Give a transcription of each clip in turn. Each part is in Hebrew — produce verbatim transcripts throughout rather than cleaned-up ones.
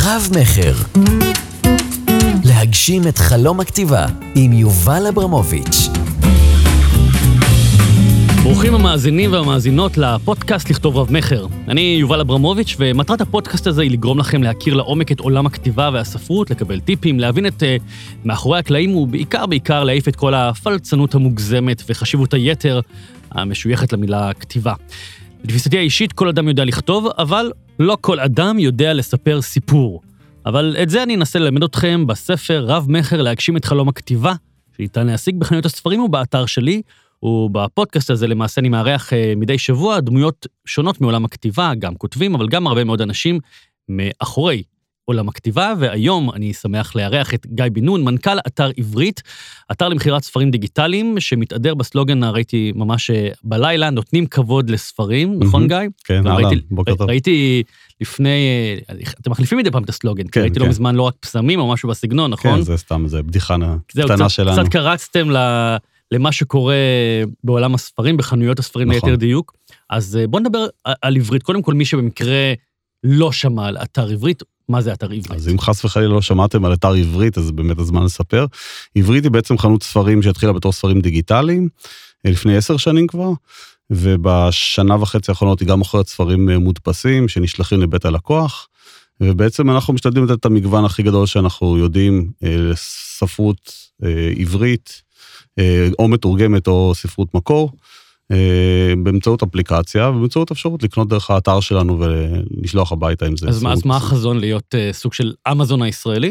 רב מחר. להגשים את חלום הכתיבה עם יובל אברמוביץ'. ברוכים המאזינים והמאזינות לפודקאסט לכתוב רב מחר. אני יובל אברמוביץ', ומטרת הפודקאסט הזה היא לגרום לכם להכיר לעומק את עולם הכתיבה והספרות, לקבל טיפים, להבין את uh, מאחורי הקלעים, ובעיקר בעיקר להעיף את כל הפלצנות המוגזמת וחשיבות היתר המשויכת למילה כתיבה. בתפיסתי האישית כל אדם יודע לכתוב, אבל לא כל אדם יודע לספר סיפור. אבל את זה אני אנסה ללמד אתכם בספר רב מחר להגשים את חלום הכתיבה, שניתן להשיג בחנויות הספרים ובאתר שלי, ובפודקאסט הזה למעשה אני מארח מדי שבוע דמויות שונות מעולם הכתיבה, גם כותבים, אבל גם הרבה מאוד אנשים מאחורי עולם הכתיבה, והיום אני שמח לארח את גיא בן נון, מנכ"ל אתר עברית, אתר למכירת ספרים דיגיטליים, שמתהדר בסלוגן, ראיתי ממש בלילה, נותנים כבוד לספרים, נכון גיא? כן, אהלן, בוקר טוב. ראיתי לפני, אתם מחליפים מדי פעם את הסלוגן, ראיתי לא מזמן לא רק פסמים או משהו בסגנון, נכון? כן, זה סתם, זה בדיחה קטנה שלנו. קצת קרצתם למה שקורה בעולם הספרים, בחנויות הספרים ליתר דיוק, אז בואו נדבר על עברית, קודם כל מי שבמקרה לא שמע על אתר עברית, מה זה אתר עברית? אז אם חס וחלילה לא שמעתם על אתר עברית, אז באמת הזמן לספר. עברית היא בעצם חנות ספרים שהתחילה בתור ספרים דיגיטליים, לפני עשר שנים כבר, ובשנה וחצי האחרונות היא גם מוכרת ספרים מודפסים, שנשלחים לבית הלקוח, ובעצם אנחנו משתדלים לתת את המגוון הכי גדול שאנחנו יודעים, ספרות עברית, או מתורגמת או ספרות מקור, באמצעות אפליקציה, ובאמצעות אפשרות לקנות דרך האתר שלנו ולשלוח הביתה עם זה. אז מה, אז מה החזון להיות סוג של אמזון הישראלי?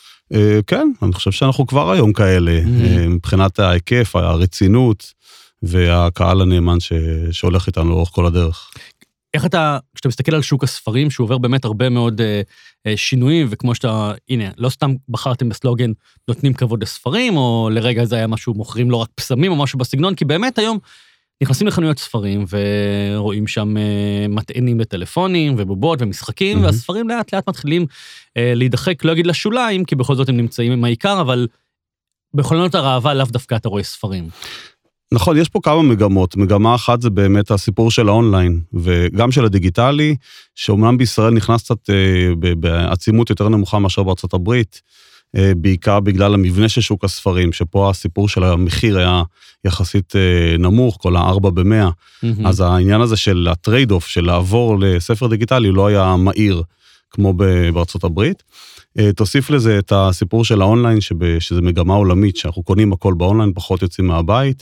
כן, אני חושב שאנחנו כבר היום כאלה, מבחינת ההיקף, הרצינות, והקהל הנאמן שהולך איתנו לאורך כל הדרך. איך אתה, כשאתה מסתכל על שוק הספרים, שהוא עובר באמת הרבה מאוד שינויים, וכמו שאתה, הנה, לא סתם בחרתם בסלוגן, נותנים כבוד לספרים, או לרגע זה היה משהו, מוכרים לא רק פסמים או משהו בסגנון, כי באמת היום נכנסים לחנויות ספרים, ורואים שם מטענים לטלפונים, ובובות ומשחקים, mm-hmm. והספרים לאט לאט מתחילים להידחק, לא אגיד לשוליים, כי בכל זאת הם נמצאים עם העיקר, אבל בחולנות הרעבה לאו דווקא אתה רואה ספרים. נכון, יש פה כמה מגמות. מגמה אחת זה באמת הסיפור של האונליין, וגם של הדיגיטלי, שאומנם בישראל נכנס קצת בעצימות יותר נמוכה מאשר בארצות הברית, בעיקר בגלל המבנה של שוק הספרים, שפה הסיפור של המחיר היה יחסית נמוך, כל הארבע במאה, mm-hmm. אז העניין הזה של הטרייד אוף, של לעבור לספר דיגיטלי, לא היה מהיר כמו בארצות הברית. תוסיף לזה את הסיפור של האונליין, שזה מגמה עולמית, שאנחנו קונים הכל באונליין, פחות יוצאים מהבית,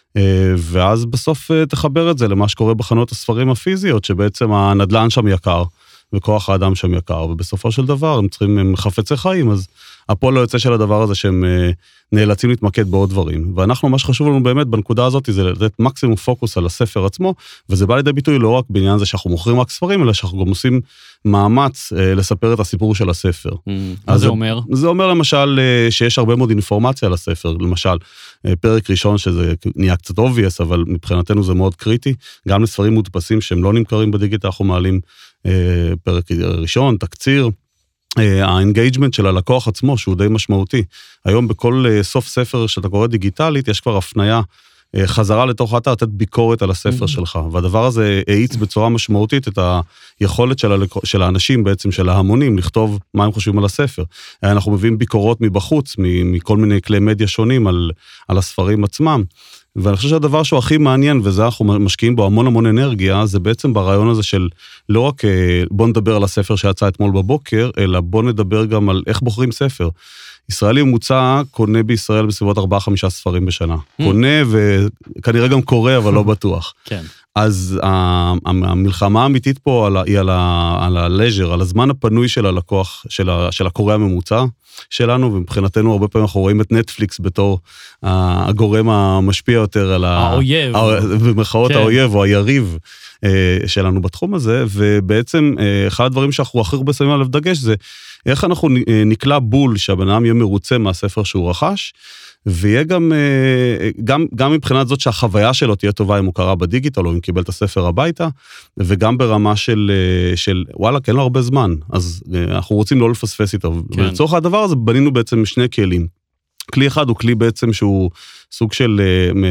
ואז בסוף תחבר את זה למה שקורה בחנות הספרים הפיזיות, שבעצם הנדלן שם יקר, וכוח האדם שם יקר, ובסופו של דבר הם צריכים, הם חפצי חיים, אז הפועל לא יוצא של הדבר הזה שהם נאלצים להתמקד בעוד דברים. ואנחנו, מה שחשוב לנו באמת בנקודה הזאת, זה לתת מקסימום פוקוס על הספר עצמו, וזה בא לידי ביטוי לא רק בעניין זה שאנחנו מוכרים רק ספרים, אלא שאנחנו גם עושים מאמץ לספר את הסיפור של הספר. מה זה אומר? זה אומר למשל שיש הרבה מאוד אינפורמציה על הספר, למשל פרק ראשון שזה נהיה קצת obvious, אבל מבחינתנו זה מאוד קריטי, גם לספרים מודפסים שהם לא נמכרים בדיגיטל, אנחנו מעלים פרק ראשון, תקציר, האנגייג'מנט של הלקוח עצמו, שהוא די משמעותי. היום בכל סוף ספר שאתה קורא דיגיטלית, יש כבר הפניה, חזרה לתוך האתר, לתת ביקורת על הספר שלך, והדבר הזה האיץ בצורה משמעותית את היכולת של, הלק... של האנשים בעצם, של ההמונים, לכתוב מה הם חושבים על הספר. אנחנו מביאים ביקורות מבחוץ, מכל מיני כלי מדיה שונים על, על הספרים עצמם, ואני חושב שהדבר שהוא הכי מעניין, וזה אנחנו משקיעים בו המון המון אנרגיה, זה בעצם ברעיון הזה של לא רק בוא נדבר על הספר שיצא אתמול בבוקר, אלא בוא נדבר גם על איך בוחרים ספר. ישראלי ממוצע קונה בישראל בסביבות ארבעה חמישה ספרים בשנה. קונה וכנראה גם קורא, אבל לא בטוח. כן. אז המלחמה האמיתית פה היא על הלז'ר, על הזמן הפנוי של הלקוח, של הקורא הממוצע שלנו, ומבחינתנו הרבה פעמים אנחנו רואים את נטפליקס בתור הגורם המשפיע יותר על האויב. במרכאות האויב או היריב שלנו בתחום הזה, ובעצם אחד הדברים שאנחנו הכי הרבה שמים עליו דגש זה איך אנחנו נקלע בול שהבן אדם יהיה מרוצה מהספר שהוא רכש, ויהיה גם, גם, גם מבחינת זאת שהחוויה שלו תהיה טובה אם הוא קרא בדיגיטל, או אם קיבל את הספר הביתה, וגם ברמה של, של וואלה, כן לו הרבה זמן, אז אנחנו רוצים לא לפספס איתו. כן. ולצורך הדבר הזה בנינו בעצם שני כלים. כלי אחד הוא כלי בעצם שהוא, סוג של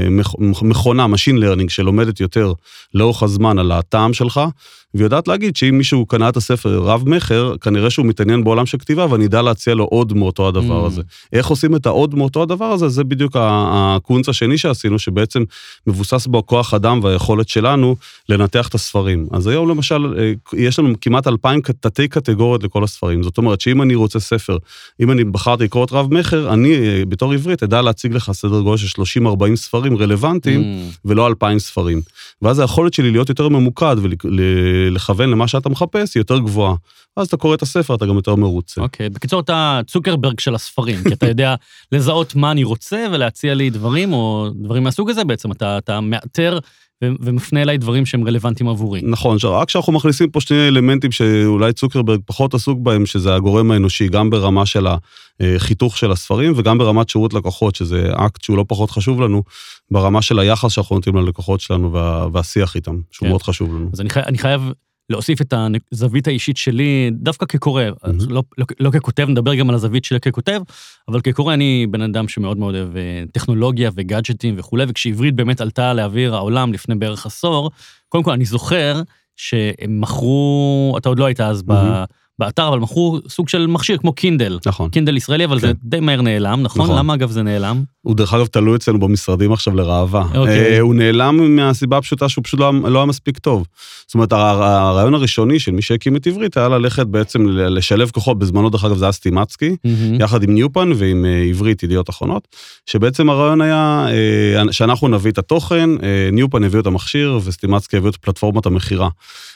מכונה, machine learning, שלומדת יותר לאורך הזמן על הטעם שלך, ויודעת להגיד שאם מישהו קנה את הספר רב מחר, כנראה שהוא מתעניין בעולם של כתיבה, ואני אדע להציע לו עוד מאותו הדבר הזה. איך עושים את העוד מאותו הדבר הזה? זה בדיוק הקונץ השני שעשינו, שבעצם מבוסס בו כוח אדם והיכולת שלנו לנתח את הספרים. אז היום למשל, יש לנו כמעט אלפיים תתי קטגוריות לכל הספרים. זאת אומרת שאם אני רוצה ספר, אם אני בחרתי לקרוא את רב מחר, אני בתור עברית אדע להציג לך סדר גודל של שלושים ארבעים ספרים רלוונטיים, ולא אלפיים ספרים. ואז היכולת שלי להיות יותר ממוקד ולכוון למה שאתה מחפש, היא יותר גבוהה. אז אתה קורא את הספר, אתה גם יותר מרוצה. אוקיי, בקיצור אתה צוקרברג של הספרים, כי אתה יודע לזהות מה אני רוצה ולהציע לי דברים, או דברים מהסוג הזה בעצם, אתה, אתה מאתר ומפנה אליי דברים שהם רלוונטיים עבורי. נכון, רק שאנחנו מכניסים פה שני אלמנטים שאולי צוקרברג פחות עסוק בהם, שזה הגורם האנושי, גם ברמה של החיתוך של הספרים, וגם ברמת שירות לקוחות, שזה אקט שהוא לא פחות חשוב לנו, ברמה של היחס שאנחנו נותנים ללקוחות שלנו, והשיח איתם, שהוא מאוד חשוב לנו. אז אני חייב להוסיף את הזווית האישית שלי, דווקא כקורא, לא, לא, לא ככותב, נדבר גם על הזווית שלי ככותב, אבל כקורא אני בן אדם שמאוד מאוד אוהב טכנולוגיה וגאדג'טים וכו', וכשעברית באמת עלתה לאוויר העולם לפני בערך עשור, קודם כל אני זוכר שהם מכרו, אתה עוד לא היית אז ב... באתר, אבל מכרו סוג של מכשיר כמו קינדל. נכון. קינדל ישראלי, אבל זה די מהר נעלם, נכון? למה אגב זה נעלם? הוא דרך אגב תלוי אצלנו במשרדים עכשיו לרעבה. הוא נעלם מהסיבה הפשוטה שהוא פשוט לא היה מספיק טוב. זאת אומרת, הרעיון הראשוני של מי שהקים את עברית היה ללכת בעצם לשלב כוחות, בזמנו דרך אגב זה היה סטימצקי, יחד עם ניופן ועם עברית ידיעות אחרונות, שבעצם הרעיון היה שאנחנו נביא את התוכן, ניופן הביאו את המכשיר וסטימצקי הביאו את פלטפורמת המחירה.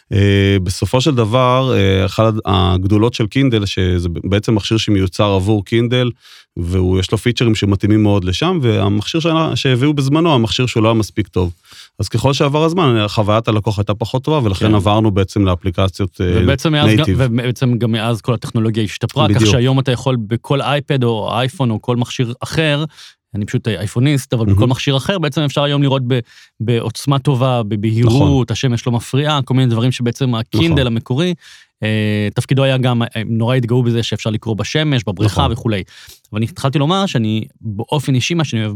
בסופו של דבר, אחת הגדולות של קינדל, שזה בעצם מכשיר שמיוצר עבור קינדל, ויש לו פיצ'רים שמתאימים מאוד לשם, והמכשיר שהביאו בזמנו, המכשיר שהוא לא היה מספיק טוב. אז ככל שעבר הזמן, חוויית הלקוח הייתה פחות טובה, ולכן עברנו בעצם לאפליקציות נייטיב. ובעצם גם מאז כל הטכנולוגיה השתפרה, כך שהיום אתה יכול בכל אייפד או אייפון או כל מכשיר אחר, אני פשוט אייפוניסט, אבל בכל מכשיר אחר, בעצם אפשר היום לראות בעוצמה טובה, בבהירות, השמש לא מפריעה, כל מיני דברים שבעצם הקינדל המקורי, תפקידו היה גם, נורא התגאו בזה שאפשר לקרוא בשמש, בבריכה וכולי. אבל אני התחלתי לומר שאני באופן אישי, מה שאני אוהב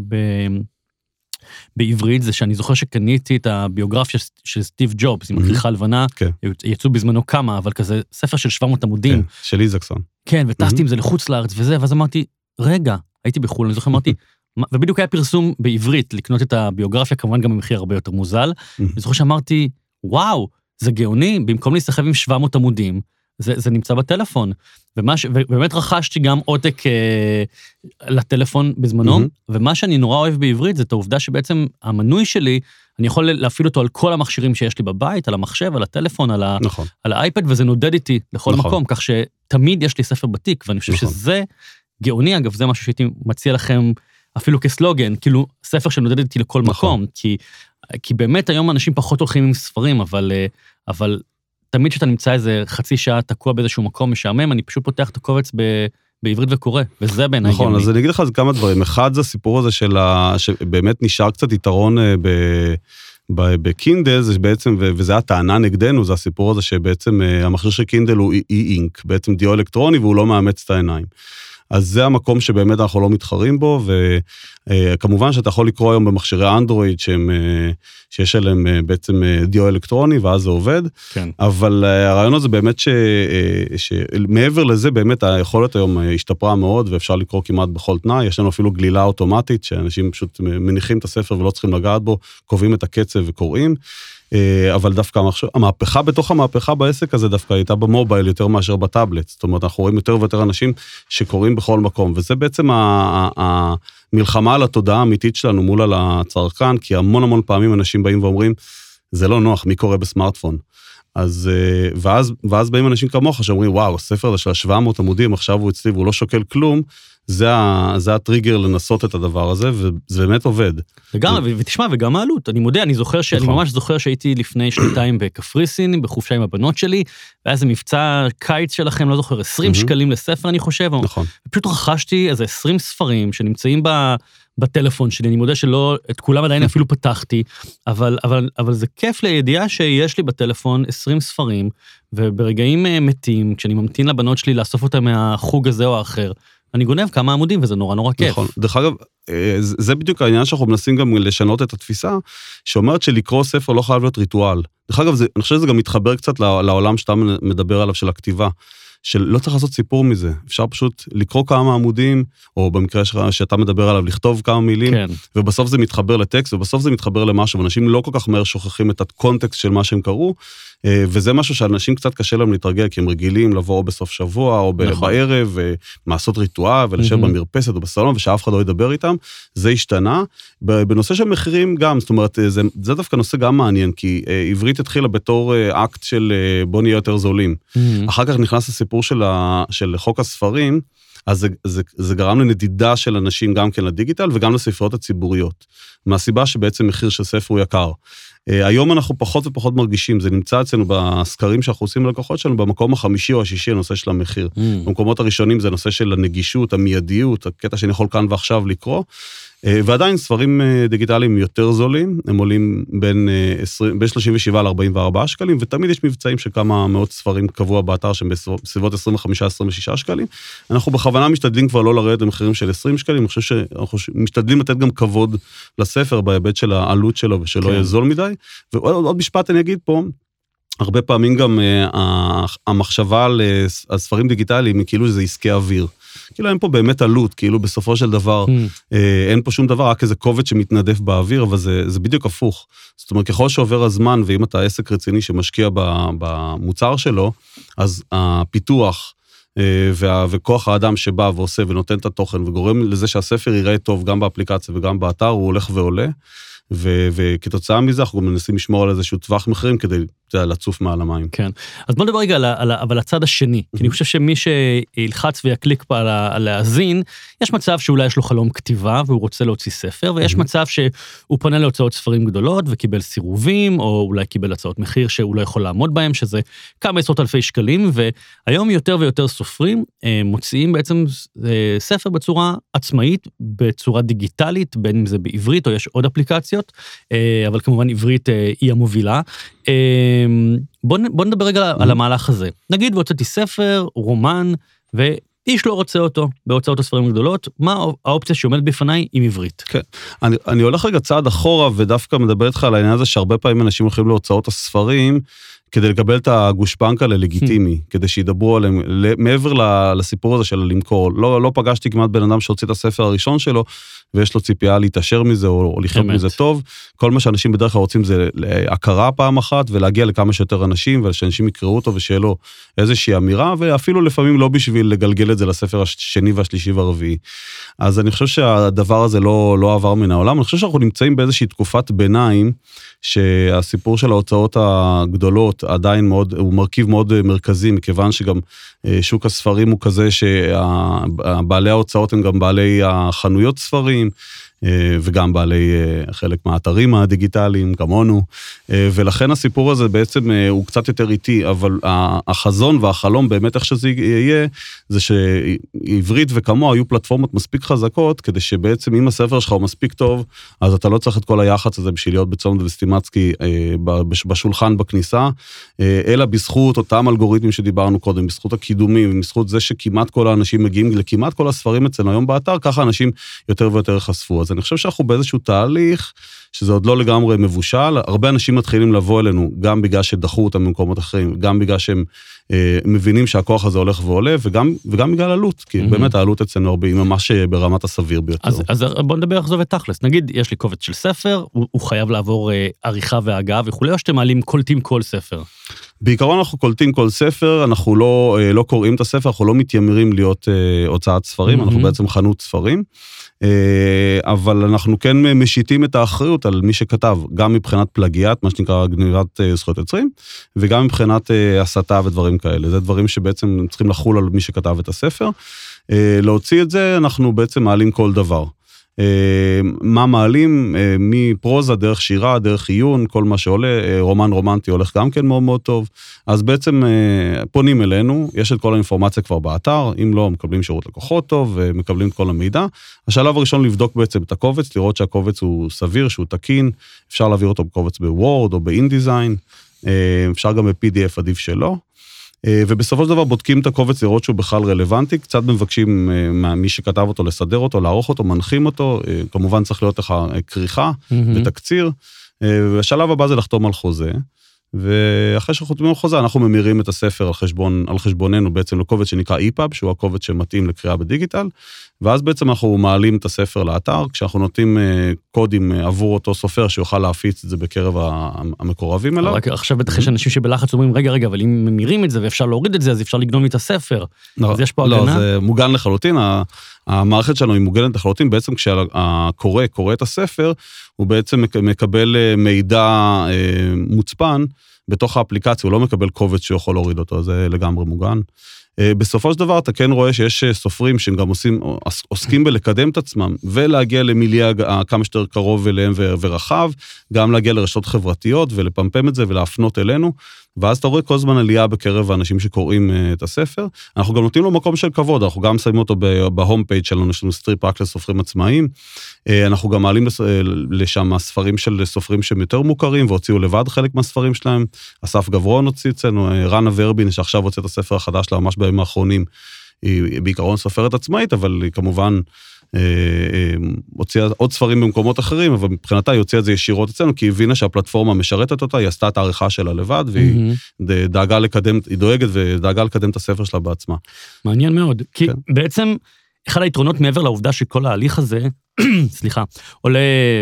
בעברית, זה שאני זוכר שקניתי את הביוגרפיה של סטיב ג'ובס, עם הכריכה הלבנה, יצאו בזמנו כמה, אבל כזה ספר של שבע מאות עמודים. של איזקסון. כן, וטסתי עם זה לחוץ לארץ וזה, ואז אמרתי, רגע, הייתי בחו"ל, אני זוכר, אמרתי, ובדיוק היה פרסום בעברית, לקנות את הביוגרפיה, כמובן גם במחיר הרבה יותר מוזל, אני זוכר שאמרתי, וואו, זה גאוני, במקום להסתחב עם שבע מאות עמודים, זה, זה נמצא בטלפון, ומה ש, ובאמת רכשתי גם עותק אה, לטלפון בזמנו, mm-hmm. ומה שאני נורא אוהב בעברית, זה את העובדה שבעצם המנוי שלי, אני יכול להפעיל אותו על כל המכשירים שיש לי בבית, על המחשב, על הטלפון, על, נכון. על האייפד, וזה נודד איתי לכל נכון. מקום, כך שתמיד יש לי ספר בתיק, ואני חושב נכון. שזה גאוני, אגב, זה משהו שהייתי מציע לכם, אפילו כסלוגן, כאילו ספר שנודד איתי לכל נכון. מקום, כי, כי באמת היום אנשים פחות הולכים עם ספרים, אבל, אבל תמיד שאתה נמצא איזה חצי שעה תקוע באיזשהו מקום משעמם, אני פשוט פותח את הקובץ ב, בעברית וקורא, וזה בעיניי נכון, גאוני. אז אני אגיד לך כמה דברים. אחד זה הסיפור הזה של ה... שבאמת נשאר קצת יתרון ב... בקינדל, זה בעצם, וזה הטענה נגדנו, זה הסיפור הזה שבעצם המכשיר של קינדל הוא אי-אינק, בעצם דיו אלקטרוני, והוא לא מאמץ את העיניים. אז זה המקום שבאמת אנחנו לא מתחרים בו, וכמובן שאתה יכול לקרוא היום במכשירי אנדרואיד, שהם, שיש עליהם בעצם דיו אלקטרוני, ואז זה עובד, כן. אבל הרעיון הזה באמת ש, שמעבר לזה, באמת היכולת היום השתפרה מאוד, ואפשר לקרוא כמעט בכל תנאי, יש לנו אפילו גלילה אוטומטית, שאנשים פשוט מניחים את הספר ולא צריכים לגעת בו, קובעים את הקצב וקוראים, אבל דווקא המהפכה בתוך המהפכה בעסק הזה דווקא הייתה במובייל יותר מאשר בטאבלט, זאת אומרת אנחנו רואים יותר ויותר אנשים שקוראים בכל מקום, וזה בעצם המלחמה על התודעה האמיתית שלנו מול על הצרכן, כי המון המון פעמים אנשים באים ואומרים, זה לא נוח, מי קורא בסמארטפון? אז, ואז, ואז באים אנשים כמוך שאומרים, וואו, הספר הזה של שבע מאות עמודים, עכשיו הוא אצלי והוא לא שוקל כלום, זה, זה הטריגר לנסות את הדבר הזה, וזה באמת עובד. וגם, ו... ותשמע, וגם העלות, אני מודה, אני זוכר ש... נכון. אני ממש זוכר שהייתי לפני שנתיים בקפריסין, בחופשה עם הבנות שלי, והיה איזה מבצע קיץ שלכם, לא זוכר, עשרים mm-hmm. שקלים לספר, אני חושב, נכון. ופשוט רכשתי איזה עשרים ספרים שנמצאים ב... בטלפון שלי, אני מודה שלא, את כולם עדיין אפילו פתחתי, אבל, אבל, אבל זה כיף לידיעה שיש לי בטלפון עשרים ספרים, וברגעים מתים, כשאני ממתין לבנות שלי לאסוף אותם מהחוג הזה או האחר, אני גונב כמה עמודים, וזה נורא נורא כיף. נכון, דרך אגב, זה בדיוק העניין שאנחנו מנסים גם לשנות את התפיסה, שאומרת שלקרוא ספר לא חייב להיות ריטואל. דרך אגב, אני חושב שזה גם מתחבר קצת לעולם שאתה מדבר עליו של הכתיבה, שלא צריך לעשות סיפור מזה, אפשר פשוט לקרוא כמה עמודים, או במקרה שאתה מדבר עליו, לכתוב כמה מילים, כן. ובסוף זה מתחבר לטקסט, ובסוף זה מתחבר למשהו, ואנשים לא כל כך מהר שוכחים את הקונטקסט של מה שהם קראו, וזה משהו שאנשים קצת קשה להם להתרגל, כי הם רגילים לבוא או בסוף שבוע, או נכון. בערב, ומעשות ריטואל, ולשב mm-hmm. במרפסת או בסלון, ושאף אחד לא ידבר איתם, זה השתנה. בנושא של מחירים גם, זאת אומרת, זה, זה דווקא נושא גם מעניין, כי עברית התחילה בתור אקט של בוא נהיה יותר זולים. Mm-hmm. אחר כך נכנס הסיפור של, ה, של חוק הספרים, אז זה, זה, זה גרם לנדידה של אנשים גם כן לדיגיטל, וגם לספריות הציבוריות. מהסיבה שבעצם מחיר של ספר הוא יקר. היום אנחנו פחות ופחות מרגישים, זה נמצא אצלנו בסקרים שאנחנו עושים ללקוחות שלנו, במקום החמישי או השישי, הנושא של המחיר. Mm. במקומות הראשונים זה הנושא של הנגישות, המיידיות, הקטע שאני יכול כאן ועכשיו לקרוא, ועדיין ספרים דיגיטליים יותר זולים, הם עולים בין, בין שלושים ושבעה ל-ארבעים וארבעה שקלים, ותמיד יש מבצעים של כמה מאות ספרים קבוע באתר, שהם בסביבות עשרים וחמישה עד עשרים ושישה שקלים. אנחנו בכוונה משתדלים כבר לא לרדת למחירים של עשרים שקלים, אני חושב שאנחנו משתדלים לתת גם כבוד לספר, בהיבט של העלות שלו, ושלא יהיה זול מדי. ועוד משפט אני אגיד פה, הרבה פעמים גם המחשבה על ספרים דיגיטליים, כאילו שזה עסקי אוויר. כאילו אין פה באמת עלות, כאילו בסופו של דבר, mm. אין פה שום דבר, רק איזה קובץ שמתנדף באוויר, אבל זה, זה בדיוק הפוך. זאת אומרת, ככל שעובר הזמן, ואם אתה עסק רציני שמשקיע במוצר שלו, אז הפיתוח וה, וכוח האדם שבא ועושה ונותן את התוכן, וגורם לזה שהספר ייראה טוב גם באפליקציה וגם באתר, הוא הולך ועולה, ו- וכתוצאה מזה אנחנו גם מנסים לשמור על איזשהו טווח מחירים כדי לצוף מעל המים. כן. אז בוא נדבר רגע על, על, אבל הצד השני, כי אני חושב שמי שילחץ ויקליק פה על, על להאזין, יש מצב שאולי יש לו חלום כתיבה והוא רוצה להוציא ספר, ויש מצב שהוא פונה להוצאות ספרים גדולות וקיבל סירובים, או אולי קיבל הצעות מחיר שהוא לא יכול לעמוד בהם, שזה כמה עשרות אלפי שקלים, והיום יותר ויותר סופרים מוציאים בעצם ספר בצורה עצמאית, בצורה דיגיטלית, בין אם זה בעברית או יש עוד אפליקציות, אבל כמובן עברית היא המובילה. בוא, בוא נדבר רגע mm-hmm. על המהלך הזה. נגיד והוצאתי ספר, רומן, ואיש לא רוצה אותו בהוצאות הספרים הגדולות, מה האופציה שעומדת בפניי עם עברית? כן, אני, אני הולך רגע צעד אחורה, ודווקא מדבר איתך על העניין הזה, שהרבה פעמים אנשים הולכים להוצאות הספרים, כדי לקבל את הגושפנקה ללגיטימי, כדי שידברו עליהם, מעבר לסיפור הזה של למכור. לא, לא פגשתי כמעט בן אדם שהוציא את הספר הראשון שלו, ויש לו ציפייה להתעשר מזה, או, או לחיות מזה טוב. כל מה שאנשים בדרך כלל רוצים זה להכרה פעם אחת, ולהגיע לכמה שיותר אנשים, ושאנשים יקראו אותו, ושיהיה לו איזושהי אמירה, ואפילו לפעמים לא בשביל לגלגל את זה לספר השני והשלישי והרביעי. אז אני חושב שהדבר הזה לא, לא עבר מן העולם. אני חושב שאנחנו נמצאים באיזושהי תקופת ביניים, שהסיפור של ההוצאות הגדולות עדיין מאוד, הוא מרכיב מאוד מרכזי, מכיוון שגם שוק הספרים הוא כזה שבעלי ההוצאות הם גם בעלי החנויות ספרים, וגם בעלי חלק מהאתרים הדיגיטליים, כמונו, ולכן הסיפור הזה בעצם הוא קצת יותר איטי, אבל החזון והחלום באמת איך שזה יהיה, זה שעברית וכמו היו פלטפורמות מספיק חזקות, כדי שבעצם אם הספר שלך הוא מספיק טוב, אז אתה לא צריך את כל היחץ הזה בשביל להיות בצומת וסטימצקי בשולחן בכניסה, אלא בזכות אותם אלגוריתמים שדיברנו קודם, בזכות הקידומים, בזכות זה שכמעט כל האנשים מגיעים לכמעט כל הספרים אצלנו היום באתר, ככה אנשים יותר ויותר חשפו. אז אני חושב שאנחנו באיזשהו תהליך, שזה עוד לא לגמרי מבושל, הרבה אנשים מתחילים לבוא אלינו, גם בגלל שדחו אותם במקומות אחרים, גם בגלל שהם אה, מבינים שהכוח הזה הולך ועולה, וגם, וגם בגלל עלות, כי mm-hmm. באמת העלות אצלנו הרבה, היא ממש ברמת הסביר ביותר. אז, אז בוא נדבר איך זה ותכלס, נגיד, יש לי קובץ של ספר, הוא, הוא חייב לעבור אה, עריכה והגעה וכולי, או שאתם מעלים קולטים כל ספר? בעיקרון אנחנו קולטים כל ספר, אנחנו לא, לא קוראים את הספר, אנחנו לא מתיימרים להיות אה, הוצאת ספרים, mm-hmm. אנחנו בעצם חנות ספרים, אה, אבל אנחנו כן משיתים את האחריות על מי שכתב, גם מבחינת פלגיית, מה שנקרא גניבת אה, זכויות יוצרים, וגם מבחינת אה, הסתה ודברים כאלה. זה דברים שבעצם צריכים לחול על מי שכתב את הספר. אה, להוציא את זה, אנחנו בעצם מעלים כל דבר. מה מעלים, מפרוזה, דרך שירה, דרך עיון, כל מה שעולה, רומן רומנטי הולך גם כן מאוד מאוד טוב, אז בעצם פונים אלינו, יש את כל האינפורמציה כבר באתר, אם לא, מקבלים שירות לקוחות טוב, ומקבלים את כל המידע. השלב הראשון לבדוק בעצם את הקובץ, לראות שהקובץ הוא סביר, שהוא תקין, אפשר להעביר אותו בקובץ בוורד או באינדיזיין, אפשר גם ב-פי די אף עדיף שלו, ובסופו של דבר בודקים את הקובץ לראות שהוא בכלל רלוונטי, קצת מבקשים ממי שכתב אותו לסדר אותו, לערוך אותו, מנחים אותו, כמובן צריך להיות לך כריכה ותקציר, והשלב הבא זה לחתום על חוזה, ואחרי שחותמים על חוזה, אנחנו ממירים את הספר על חשבון, על חשבוננו בעצם לקובץ שנקרא איפאב, שהוא הקובץ שמתאים לקריאה בדיגיטל, ואז בעצם אנחנו מעלים את הספר לאתר, כשאנחנו נותנים קודים עבור אותו סופר, שיוכל להפיץ את זה בקרב המקורבים אליו. רק עכשיו בטח יש אנשים שבלחץ אומרים, רגע, רגע, אבל אם ממירים את זה ואפשר להוריד את זה, אז אפשר לגנוב לי את הספר. אז יש פה הגנה? לא, זה מוגן לחלוטין, המערכת שלנו היא מוגנת לחלוטין, בעצם כשהקורא קורא את הספר, הוא בעצם מקבל מידע מוצפן, בתוך האפליקציה, הוא לא מקבל קובץ שיכול להוריד אותו, זה לגמרי מוגן. בסופו של דבר, אתה כן רואה שיש סופרים שהם גם עושים, עוסקים בלקדם את עצמם, ולהגיע למיליה כמה שיותר קרוב אליהם ורחב, גם להגיע לרשתות חברתיות, ולפמפם את זה ולהפנות אלינו, ואז אתה רואה כל זמן עלייה בקרב האנשים שקוראים את הספר. אנחנו גם נותנים לו מקום של כבוד, אנחנו גם שמים אותו בהום פייג' שלנו, יש לנו סטריפ רק לסופרים עצמאיים, אנחנו גם מעלים לשם ספרים של סופרים שהם יותר מוכרים, והוציאו לבד חלק מהספרים שלהם, אסף גברון הוציא אצלנו, רנה ורבין, שעכשיו הוציא את הספר החדש לה, ממש בימים האחרונים, היא בעיקרון סופרת עצמאית, אבל היא כמובן הוציאה עוד ספרים במקומות אחרים, אבל מבחינתה היא הוציאה את זה ישירות אצלנו, כי היא הבינה שהפלטפורמה משרתת אותה, היא עשתה את העריכה שלה לבד, והיא דאגה לקדם, היא דואגת ודאגה לקדם את הספר שלה בעצמה. מעניין מאוד, כי בעצם אחד היתרונות מעבר לעובדה שכל ההליך הזה, סליחה, עולה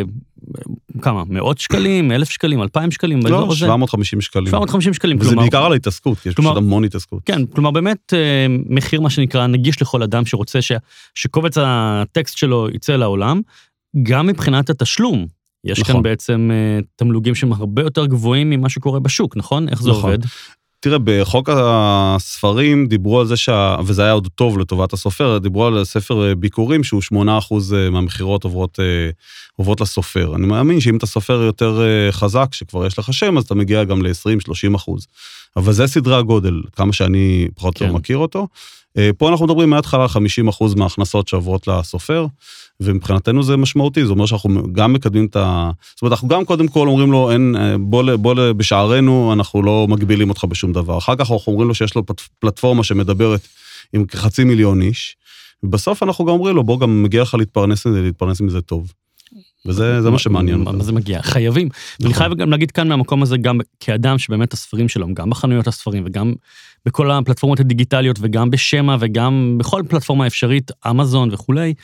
כמה? מאות שקלים, אלף שקלים, אלפיים שקלים? לא, שבע מאות וחמישים שקלים. שבע מאות וחמישים שקלים, וזה בעיקר על ההתעסקות, כי יש פשוט המון התעסקות. כן, כלומר באמת מחיר מה שנקרא נגיש לכל אדם שרוצה שקובץ הטקסט שלו יצא לעולם, גם מבחינת התשלום. יש כאן בעצם תמלוגים שהם הרבה יותר גבוהים ממה שקורה בשוק, נכון? איך זה עובד? תראה, בחוק הספרים דיברו על זה, שה... וזה היה עוד טוב לטובת הסופר, דיברו על ספר ביקורים, שהוא שמונה אחוז מהמחירות עוברות, עוברות לסופר. אני מאמין שאם אתה סופר יותר חזק, שכבר יש לך שם, אז אתה מגיע גם ל-עשרים שלושים אחוז. אבל זה סדרי הגודל, כמה שאני פחות כן. לא מכיר אותו. פה אנחנו מדברים מההתחלה חמישים אחוז מההכנסות שעוברות לסופר, ומבחינתנו זה משמעותי, זה אומר שאנחנו גם מקדמים את ה... זאת אומרת, אנחנו גם קודם כל אומרים לו, אין, בוא, בוא בשערנו, אנחנו לא מגבילים אותך בשום דבר. אחר כך אנחנו אומרים לו שיש לו פלטפורמה שמדברת עם כחצי מיליון איש, ובסוף אנחנו גם אומרים לו, בוא גם מגיע לך להתפרנס מזה, להתפרנס מזה טוב. וזה זה מה שמעניין אותנו. מה זה מגיע? חייבים. ואני חייב גם להגיד כאן מהמקום הזה, גם כאדם שבאמת הספרים שלו, גם בחנויות הספרים, וגם בכל הפלטפורמות הדיגיטליות, וגם בשמה, וגם בכל פלטפורמה אפשרית, אמזון וכולי,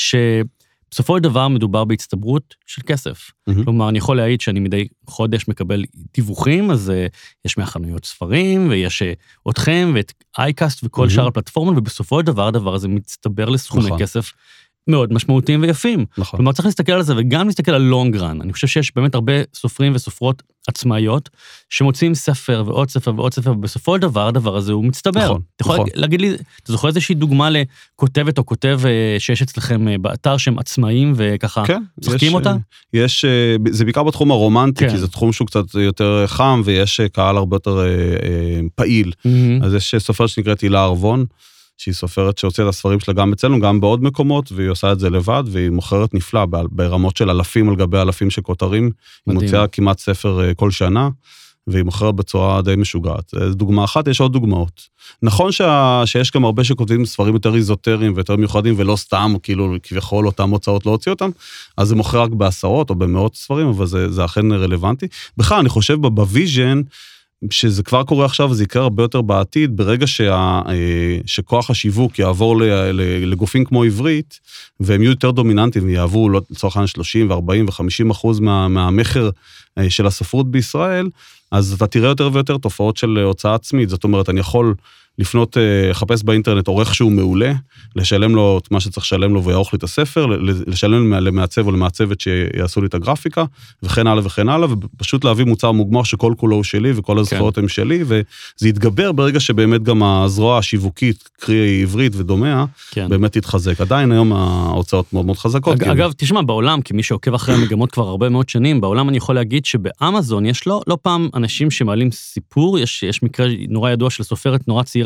שבסופו של דבר מדובר בהצטברות של כסף. כלומר, אני יכול להעיד שאני מדי חודש מקבל דיווחים, אז יש מהחנויות ספרים, ויש אתכם, ואת אייקאסט, וכל שאר הפלטפורמות, ובסופו של דבר, הדבר הזה מצטבר לסכומי כסף מאוד משמעותיים ויפים. נכון. כלומר, צריך להסתכל על זה, וגם להסתכל על לונג רן. אני חושב שיש באמת הרבה סופרים וסופרות עצמאיות, שמוצאים ספר ועוד ספר ועוד ספר, ובסופו של דבר, הדבר הזה הוא מצטבר. נכון, אתה יכול נכון. להגיד לי, אתה זוכר איזושהי דוגמה לכותבת או כותב שיש אצלכם באתר שהם עצמאיים, וככה כן, צוחקים יש, אותה? יש, זה בעיקר בתחום הרומנטי, כן. כי זה תחום שהוא קצת יותר חם, ויש קהל הרבה יותר פעיל. Mm-hmm. אז יש סופר שנקראת הילה ארבון, שהיא סופרת שהוציאה את הספרים שלה גם אצלנו, גם בעוד מקומות, והיא עושה את זה לבד, והיא מוכרת נפלא, ברמות של אלפים על גבי אלפים שכותרים, היא מוציאה כמעט ספר כל שנה, והיא מוכרת בצורה די משוגעת. זו דוגמה אחת, יש עוד דוגמאות. נכון שה, שיש גם הרבה שכותבים ספרים יותר איזוטריים ויותר מיוחדים, ולא סתם, כאילו, כביכול אותם הוצאות לא הוציא אותם, אז זה מוכר רק בעשרות או במאות ספרים, אבל זה, זה אכן רלוונטי. בכלל, אני חושב בוויז'ן, שזה כבר קורה עכשיו, זה יקרה הרבה יותר בעתיד, ברגע שה, שכוח השיווק יעבור לגופים כמו עברית, והם יהיו יותר דומיננטיים, ויעברו לצורך העניין שלושים ו-ארבעים ו-חמישים אחוז מה, מהמחר של הספרות בישראל, אז אתה תראה יותר ויותר תופעות של הוצאה עצמית, זאת אומרת, אני יכול לפנות, לחפש באינטרנט עורך שהוא מעולה, לשלם לו את מה שצריך לשלם לו ויערוך לי את הספר, לשלם למעצב או למעצבת שיעשו לי את הגרפיקה, וכן הלאה וכן הלאה, ופשוט להביא מוצר מוגמר שכל כולו הוא שלי, וכל הזכויות הם שלי, וזה יתגבר ברגע שבאמת גם הזרוע השיווקית, קרי עברית ודומיה, באמת תתחזק. עדיין היום ההוצאות מאוד מאוד חזקות. אגב, תשמע, בעולם, כי מי שעוקב אחרי המגמות כבר הרבה מאוד שנים, בעולם אני יכול להגיד שבאמזון יש לא פעם אנשים שמעלים סיפור, יש מקרה נורא ידוע של סופרת נורא צעירה,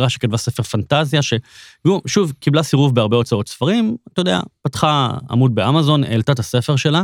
צעירה שכתבה ספר פנטזיה, ששוב, קיבלה סירוב בהרבה הוצאות ספרים, אתה יודע, פתחה עמוד באמזון, העלתה את הספר שלה,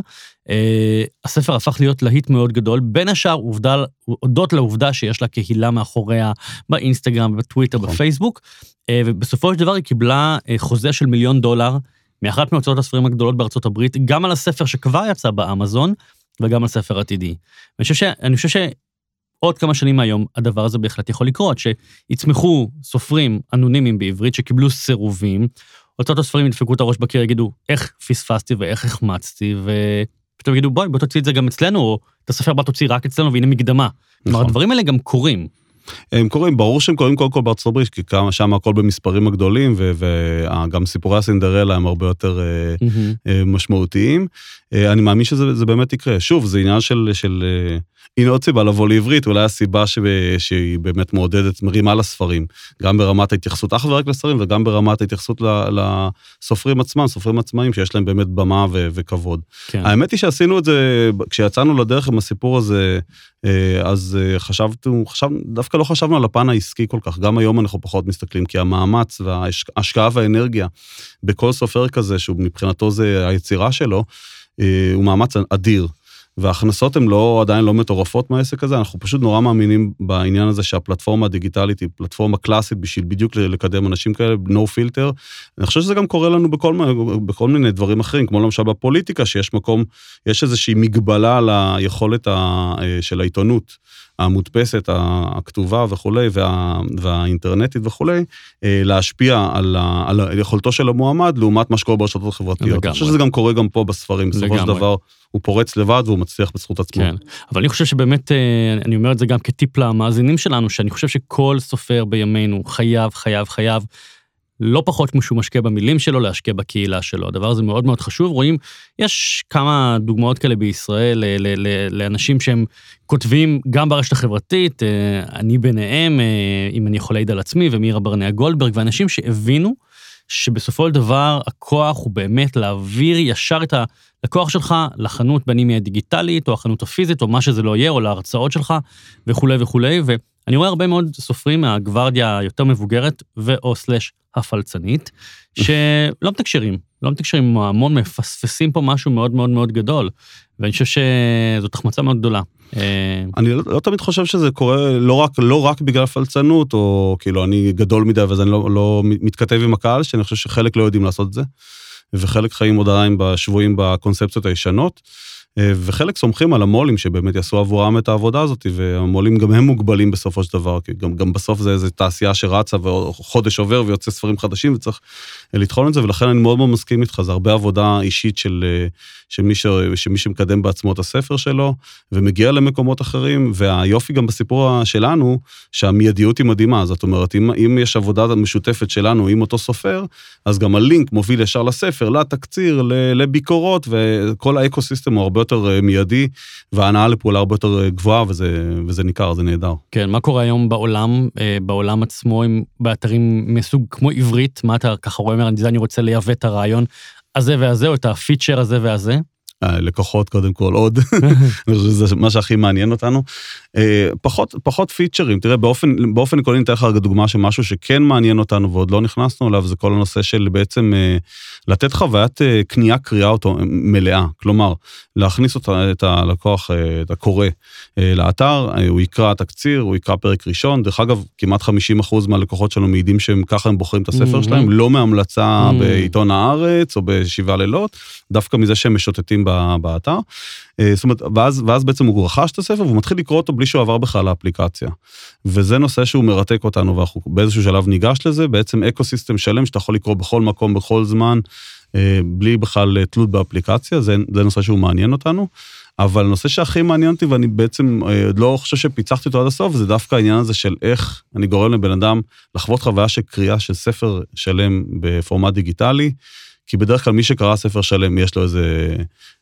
הספר הפך להיות להיט מאוד גדול, בין השאר עובדה, הודות לעובדה שיש לה קהילה מאחוריה, באינסטגרם, בטוויטר, בפייסבוק, ובסופו של דבר היא קיבלה חוזה של מיליון דולר, מאחת מהוצאות הספרים הגדולות בארצות הברית, גם על הספר שכבר יצא באמזון, וגם על ספר עתידי. אני חושב ש... אני חושב שעוד כמה שנים מהיום, הדבר הזה בהחלט יכול לקרות, שיצמחו סופרים אנונימיים בעברית, שקיבלו סירובים, הוצאות הספרים ידפקו את הראש בקיר, יגידו, איך פספסתי ואיך החמצתי, ופתאום יגידו, בואי, בוא תוציא את זה גם אצלנו, או את הספר בא תוציא רק אצלנו, והנה מקדמה. כלומר, הדברים האלה גם קורים. הם קוראים, ברור שהם קוראים קודם כל בארצות הברית, כי שם הכל במספרים הגדולים, וגם סיפורי הסינדרלה הם הרבה יותר משמעותיים. אני מאמין שזה באמת יקרה. שוב, זה עניין של, הנה עוד סיבה לבוא לעברית, אולי הסיבה שהיא באמת מעודדת, מרימה לספרים, גם ברמת ההתייחסות אך ורק לספרים, וגם ברמת ההתייחסות לסופרים עצמם, סופרים עצמאים, שיש להם באמת במה וכבוד. האמת היא שעשינו את זה, כשיצאנו לדרך עם הסיפור הזה, אז חשבנו, דווקא לא חשבנו על הפן העסקי כל כך, גם היום אנחנו פחות מסתכלים, כי המאמץ וההשקעה והאנרגיה בכל סופר כזה, שהוא מבחינתו זה היצירה שלו, הוא מאמץ אדיר, וההכנסות הן לא, עדיין לא מטורפות מהעסק הזה, אנחנו פשוט נורא מאמינים בעניין הזה שהפלטפורמה הדיגיטלית היא פלטפורמה קלאסית בשביל בדיוק לקדם אנשים כאלה, no filter. אני חושב שזה גם קורה לנו בכל, בכל מיני דברים אחרים, כמו למשל בפוליטיקה, שיש מקום, יש איזושהי מגבלה על היכולת של העיתונות, המודפסת, הכתובה וכולי, וה, והאינטרנטית וכולי, להשפיע על, ה, על יכולתו של המועמד, לעומת מה שקורה ברשתות החברתיות. אני חושב שזה גם קורה גם פה בספרים, בסופו של דבר הוא פורץ לבד והוא מצליח בזכות עצמו. כן, אבל אני חושב שבאמת, אני אומר את זה גם כטיפ למאזינים שלנו, שאני חושב שכל סופר בימינו חייב, חייב, חייב, לא פחות משהו משקיע במילים שלו, להשקיע בקהילה שלו. הדבר הזה מאוד מאוד חשוב. רואים, יש כמה דוגמאות כאלה בישראל, לאנשים שהם כותבים גם ברשת החברתית, אני ביניהם, אם אני יכול להעיד על עצמי, ומירה ברנע גולדברג, ואנשים שהבינו שבסופו של דבר הכוח הוא באמת להעביר ישר את הלקוח שלך לחנות, בין אם היא הדיגיטלית, או החנות הפיזית, או מה שזה לא יהיה, או להרצאות שלך, וכו' וכו'. ואני רואה הרבה מאוד סופרים מהגוורדיה היותר מבוגרת, ואו סלש הפלצנית, שלא מתקשרים, לא מתקשרים, המון מפספסים פה משהו מאוד מאוד מאוד גדול, ואני חושב שזאת החמצה מאוד גדולה. אני לא, לא תמיד חושב שזה קורה לא רק, לא רק בגלל פלצנות, או כאילו אני גדול מדי, ואז אני לא, לא מתכתב עם הקהל, שאני חושב שחלק לא יודעים לעשות את זה, וחלק חיים עוד עדיין בשבועים בקונספציות הישנות, וחלק סומכים על המולים שבאמת יעשו עבורם את העבודה הזאת, והמולים גם הם מוגבלים בסופו של דבר, כי גם, גם בסוף זה איזו תעשייה שרצה, וחודש עובר ויוצא ספרים חדשים, וצריך לתחול את זה, ולכן אני מאוד מאוד מסכים איתך, זה הרבה עבודה אישית של, של מי, ש, שמי שמקדם בעצמו את הספר שלו, ומגיע למקומות אחרים, והיופי גם בסיפור שלנו, שהמיידיות היא מדהימה, זאת אומרת, אם, אם יש עבודה משותפת שלנו עם אותו סופר, אז גם הלינק מוביל ישר לספר, לתקציר, לביקורות, וכל האקוסיסטם הוא הרבה יותר מיידי, וההנאה לפעולה הרבה יותר גבוהה, וזה, וזה ניכר, זה נהדר. כן, מה קורה היום בעולם, בעולם עצמו, באתרים מסוג כמו עברית, מה אתה ככה רואה, אני רוצה לייבא את הרעיון הזה והזה, או את הפיצ'ר הזה והזה? לקוחות קודם כל עוד, זה מה שהכי מעניין אותנו. פחות, פחות פיצ'רים, תראה, באופן, באופן עקרוני ניתן לך דוגמה שמשהו שכן מעניין אותנו ועוד לא נכנסנו אליו, זה כל הנושא של בעצם לתת חוויית קנייה קריאה אותו מלאה, כלומר, להכניס אותה, את הלקוח, את הקורא לאתר, הוא יקרא תקציר, הוא יקרא פרק ראשון, דרך אגב, כמעט חמישים אחוז מהלקוחות שלנו מעידים שהם ככה הם בוחרים את הספר שלהם, לא מהמלצה בעיתון הארץ או בשבעה לילות, דווקא מזה שהם משוטטים באתר, זאת אומרת, ואז, ואז בעצם הוא רכש את הספר, והוא מתחיל לקרוא אותו בלי שהוא עבר בכלל לאפליקציה. וזה נושא שהוא מרתק אותנו, ואנחנו באיזשהו שלב ניגש לזה, בעצם אקוסיסטם שלם, שאתה יכול לקרוא בכל מקום, בכל זמן, בלי בכלל תלות באפליקציה, זה, זה נושא שהוא מעניין אותנו, אבל הנושא שהכי מעניין אותי, ואני בעצם לא חושב שפיצחתי אותו עד הסוף, זה דווקא העניין הזה של איך אני גורם לבן אדם לחוות חוויה של קריאה של ספר שלם בפורמט דיגיטלי, כי בדרך כלל מי שקרא ספר שלם, יש לו איזה,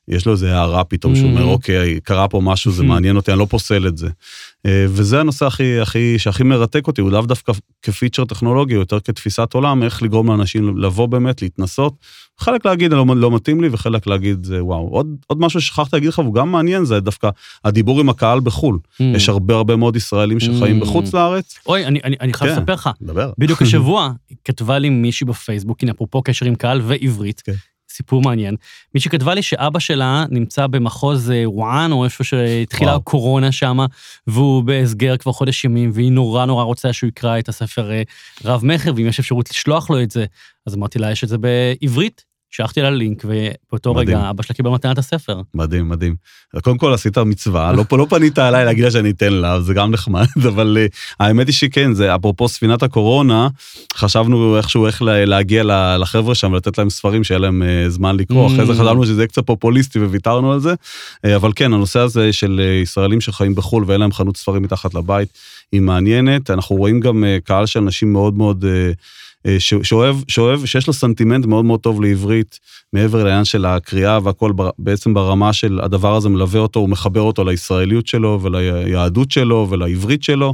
יש לו איזה הערה פתאום, שהוא אומר, אוקיי, קרה פה משהו, זה מעניין אותי, אני לא פוסל את זה. וזה הנושא הכי, הכי, שהכי מרתק אותי, הוא לאו דווקא כפיצ'ר טכנולוגי, יותר כתפיסת עולם, איך לגרום לאנשים לבוא באמת, להתנסות, חלק להגיד, לא, לא מתאים לי, וחלק להגיד, זה וואו. עוד, עוד משהו ששכחתי להגיד לך, והוא גם מעניין, זה דווקא הדיבור עם הקהל בחול. יש הרבה הרבה מאוד ישראלים שחיים בחוץ לארץ. אוי, אני, אני, אני חייב לספר לך. בדיוק השבוע, כתבה לי מישהי בפייסבוק, הנה, אפרופו קשר עם קהל ועברית, סיפור מעניין. מי שכתבה לי שאבא שלה נמצא במחוז וואן, או איפה שהתחילה הקורונה שם, והוא בהסגר כבר חודש ימים, והיא נורא נורא רוצה שהוא יקרא את הספר רב מחר, ואם יש אפשרות לשלוח לו את זה, אז אמרתי לה, יש את זה בעברית, שלחתי לה לינק, ובאותו רגע אבא שלה קיבל מתנת הספר. מדהים, מדהים. קודם כל עשית מצווה, לא, לא פנית עליי להגיד לה שאני אתן לה, זה גם נחמד, אבל האמת היא שכן, זה אפרופו ספינת הקורונה, חשבנו איכשהו איך להגיע לחבר'ה שם, ולתת להם ספרים שיהיה להם זמן לקרוא, אחרי זה חשבנו שזה יהיה קצת פופוליסטי, וויתרנו על זה, אבל כן, הנושא הזה של ישראלים שחיים בחול, ואין להם חנות ספרים מתחת לבית, היא מעניינת, אנחנו רואים גם קהל של אנשים מאוד מאוד שאוהב, שאוהב, שיש לו סנטימנט מאוד מאוד טוב לעברית, מעבר לעניין של הקריאה והכל, בעצם ברמה של הדבר הזה מלווה אותו, הוא מחבר אותו לישראליות שלו, וליהדות שלו, ולעברית שלו,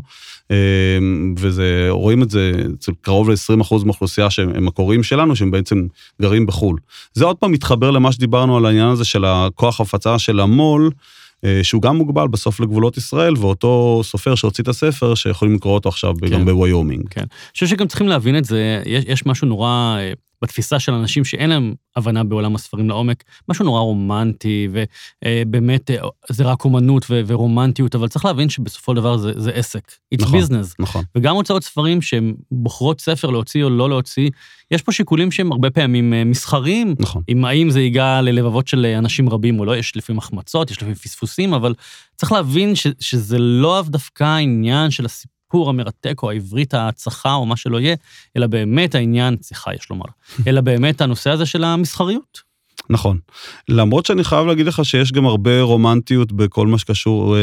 וזה, רואים את זה, קרוב ל-עשרים אחוז מאוכלוסייה שהם הקוראים שלנו, שהם בעצם גרים בחול. זה עוד פעם מתחבר למה שדיברנו על העניין הזה של הכוח הפצה של המול, שהוא גם מוגבל בסוף לגבולות ישראל, ואותו סופר שהוציא את הספר, שיכולים לקרוא אותו עכשיו כן. גם בוויומינג. כן. אני חושב שגם צריכים להבין את זה, יש, יש משהו נורא בתפיסה של אנשים שאין להם הבנה בעולם הספרים לעומק, משהו נורא רומנטי, ובאמת זה רק אומנות ו- ורומנטיות, אבל צריך להבין שבסופו דבר זה, זה עסק. It's נכון, business. נכון. וגם הוצאות ספרים שהן בוחרות ספר להוציא או לא להוציא, יש פה שיקולים שהם הרבה פעמים מסחריים, נכון. אם האם זה ייגע ללבבות של אנשים רבים או לא, יש לפעמים החמצות, יש לפעמים פספוסים, אבל צריך להבין ש- שזה לא דווקא העניין של הסיפור, המרתק או העברית ההצחה או מה שלא יהיה, אלא באמת העניין, צריכה יש לומר, אלא באמת הנושא הזה של המסחריות. נכון. למרות שאני חייב להגיד לך שיש גם הרבה רומנטיות בכל מה שקשור אה,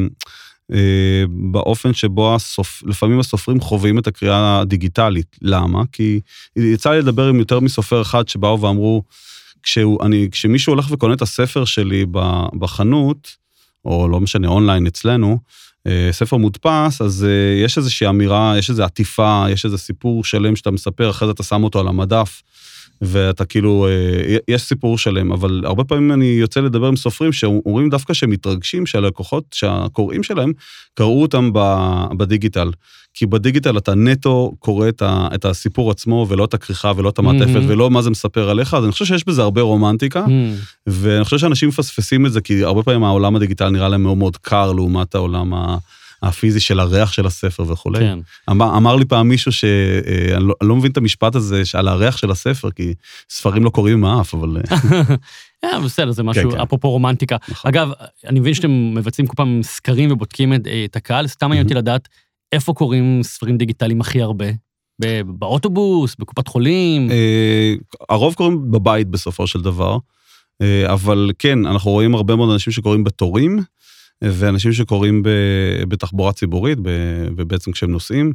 אה, באופן שבו הסופ... לפעמים הסופרים חווים את הקריאה הדיגיטלית. למה? כי יצא לי לדבר עם יותר מסופר אחד שבאו ואמרו, כשהוא, אני, כשמישהו הולך וקונה את הספר שלי בחנות, או לא משנה, אונליין אצלנו, ספר מודפס, אז יש איזושהי אמירה, יש איזו עטיפה, יש איזה סיפור שלם שאתה מספר, אחרי זה אתה שם אותו על המדף, ואתה כאילו, יש סיפור שלם, אבל הרבה פעמים אני יוצא לדבר עם סופרים, שאומרים דווקא שהם מתרגשים, שהלקוחות, שהקוראים שלהם, קראו אותם בדיגיטל, כי בדיגיטל אתה נטו קורא את הסיפור עצמו, ולא את הכריכה, ולא את המעטפת, ולא מה זה מספר עליך, אז אני חושב שיש בזה הרבה רומנטיקה, ואני חושב שאנשים מפספסים את זה, כי הרבה פעמים העולם הדיגיטל נראה להם מאוד מאוד קר, לעומת העולם הפיזי של הריח של הספר וכו'. כן. אמר, אמר לי פעם מישהו שאני לא, לא מבין את המשפט הזה על הריח של הספר, כי ספרים לא קוראים מהאף, אבל... בסדר, זה משהו, כן, אפרופו כן. רומנטיקה. נכון. אגב, אני מבין שאתם מבצעים כל פעם סקרים ובודקים את, את הקהל, סתם מעניין אותי לדעת איפה קוראים ספרים דיגיטליים הכי הרבה? באוטובוס, בקופת חולים? הרוב קוראים בבית בסופו של דבר, אבל כן, אנחנו רואים הרבה מאוד אנשים שקוראים בתורים, ואנשים שקוראים בתחבורה ציבורית, ובעצם כשהם נוסעים,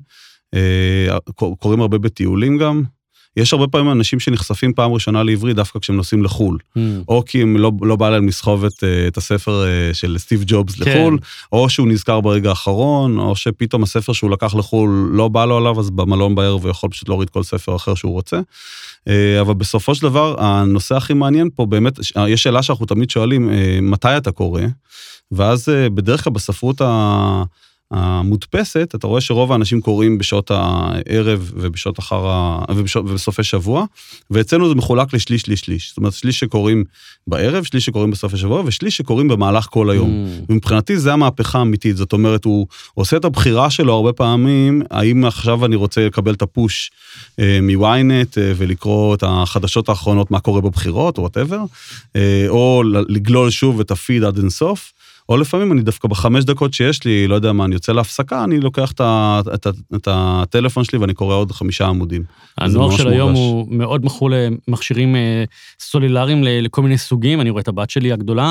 קוראים הרבה בטיולים גם. יש הרבה פעמים אנשים שנחשפים פעם ראשונה לעברית, דווקא כשהם נוסעים לחול, mm. או כי הם לא, לא בא להם לסחוב את, את הספר של סטיב ג'ובס כן. לחול, או שהוא נזכר ברגע האחרון, או שפתאום הספר שהוא לקח לחול לא בא לו עליו, אז במלון בערב הוא יכול פשוט להוריד כל ספר אחר שהוא רוצה. אבל בסופו של דבר, הנושא הכי מעניין פה, באמת, יש שאלה שאנחנו תמיד שואלים, מתי אתה קורא? ואז בדרך כלל בספרות ה... המודפסת, אתה רואה שרוב האנשים קוראים בשעות הערב ובשעות אחר ה... ובסופי שבוע, ואצלנו זה מחולק לשליש, שליש, שליש. זאת אומרת, שליש שקוראים בערב, שליש שקוראים בסופי שבוע, ושליש שקוראים במהלך כל היום. Mm. ומבחינתי זה המהפכה האמיתית, זאת אומרת, הוא עושה את הבחירה שלו הרבה פעמים, האם עכשיו אני רוצה לקבל את הפוש מוויינט, ולקרוא את החדשות האחרונות, מה קורה בבחירות, או whatever, או לגלול שוב את הפיד עד אינסוף, או לפעמים אני דווקא בחמש דקות שיש לי, לא יודע מה, אני יוצא להפסקה, אני לוקח את, את, את הטלפון שלי ואני קורא עוד חמישה עמודים. הנוער של היום הוא מאוד מכור למכשירים סולילריים לכל מיני סוגים, אני רואה את הבת שלי הגדולה,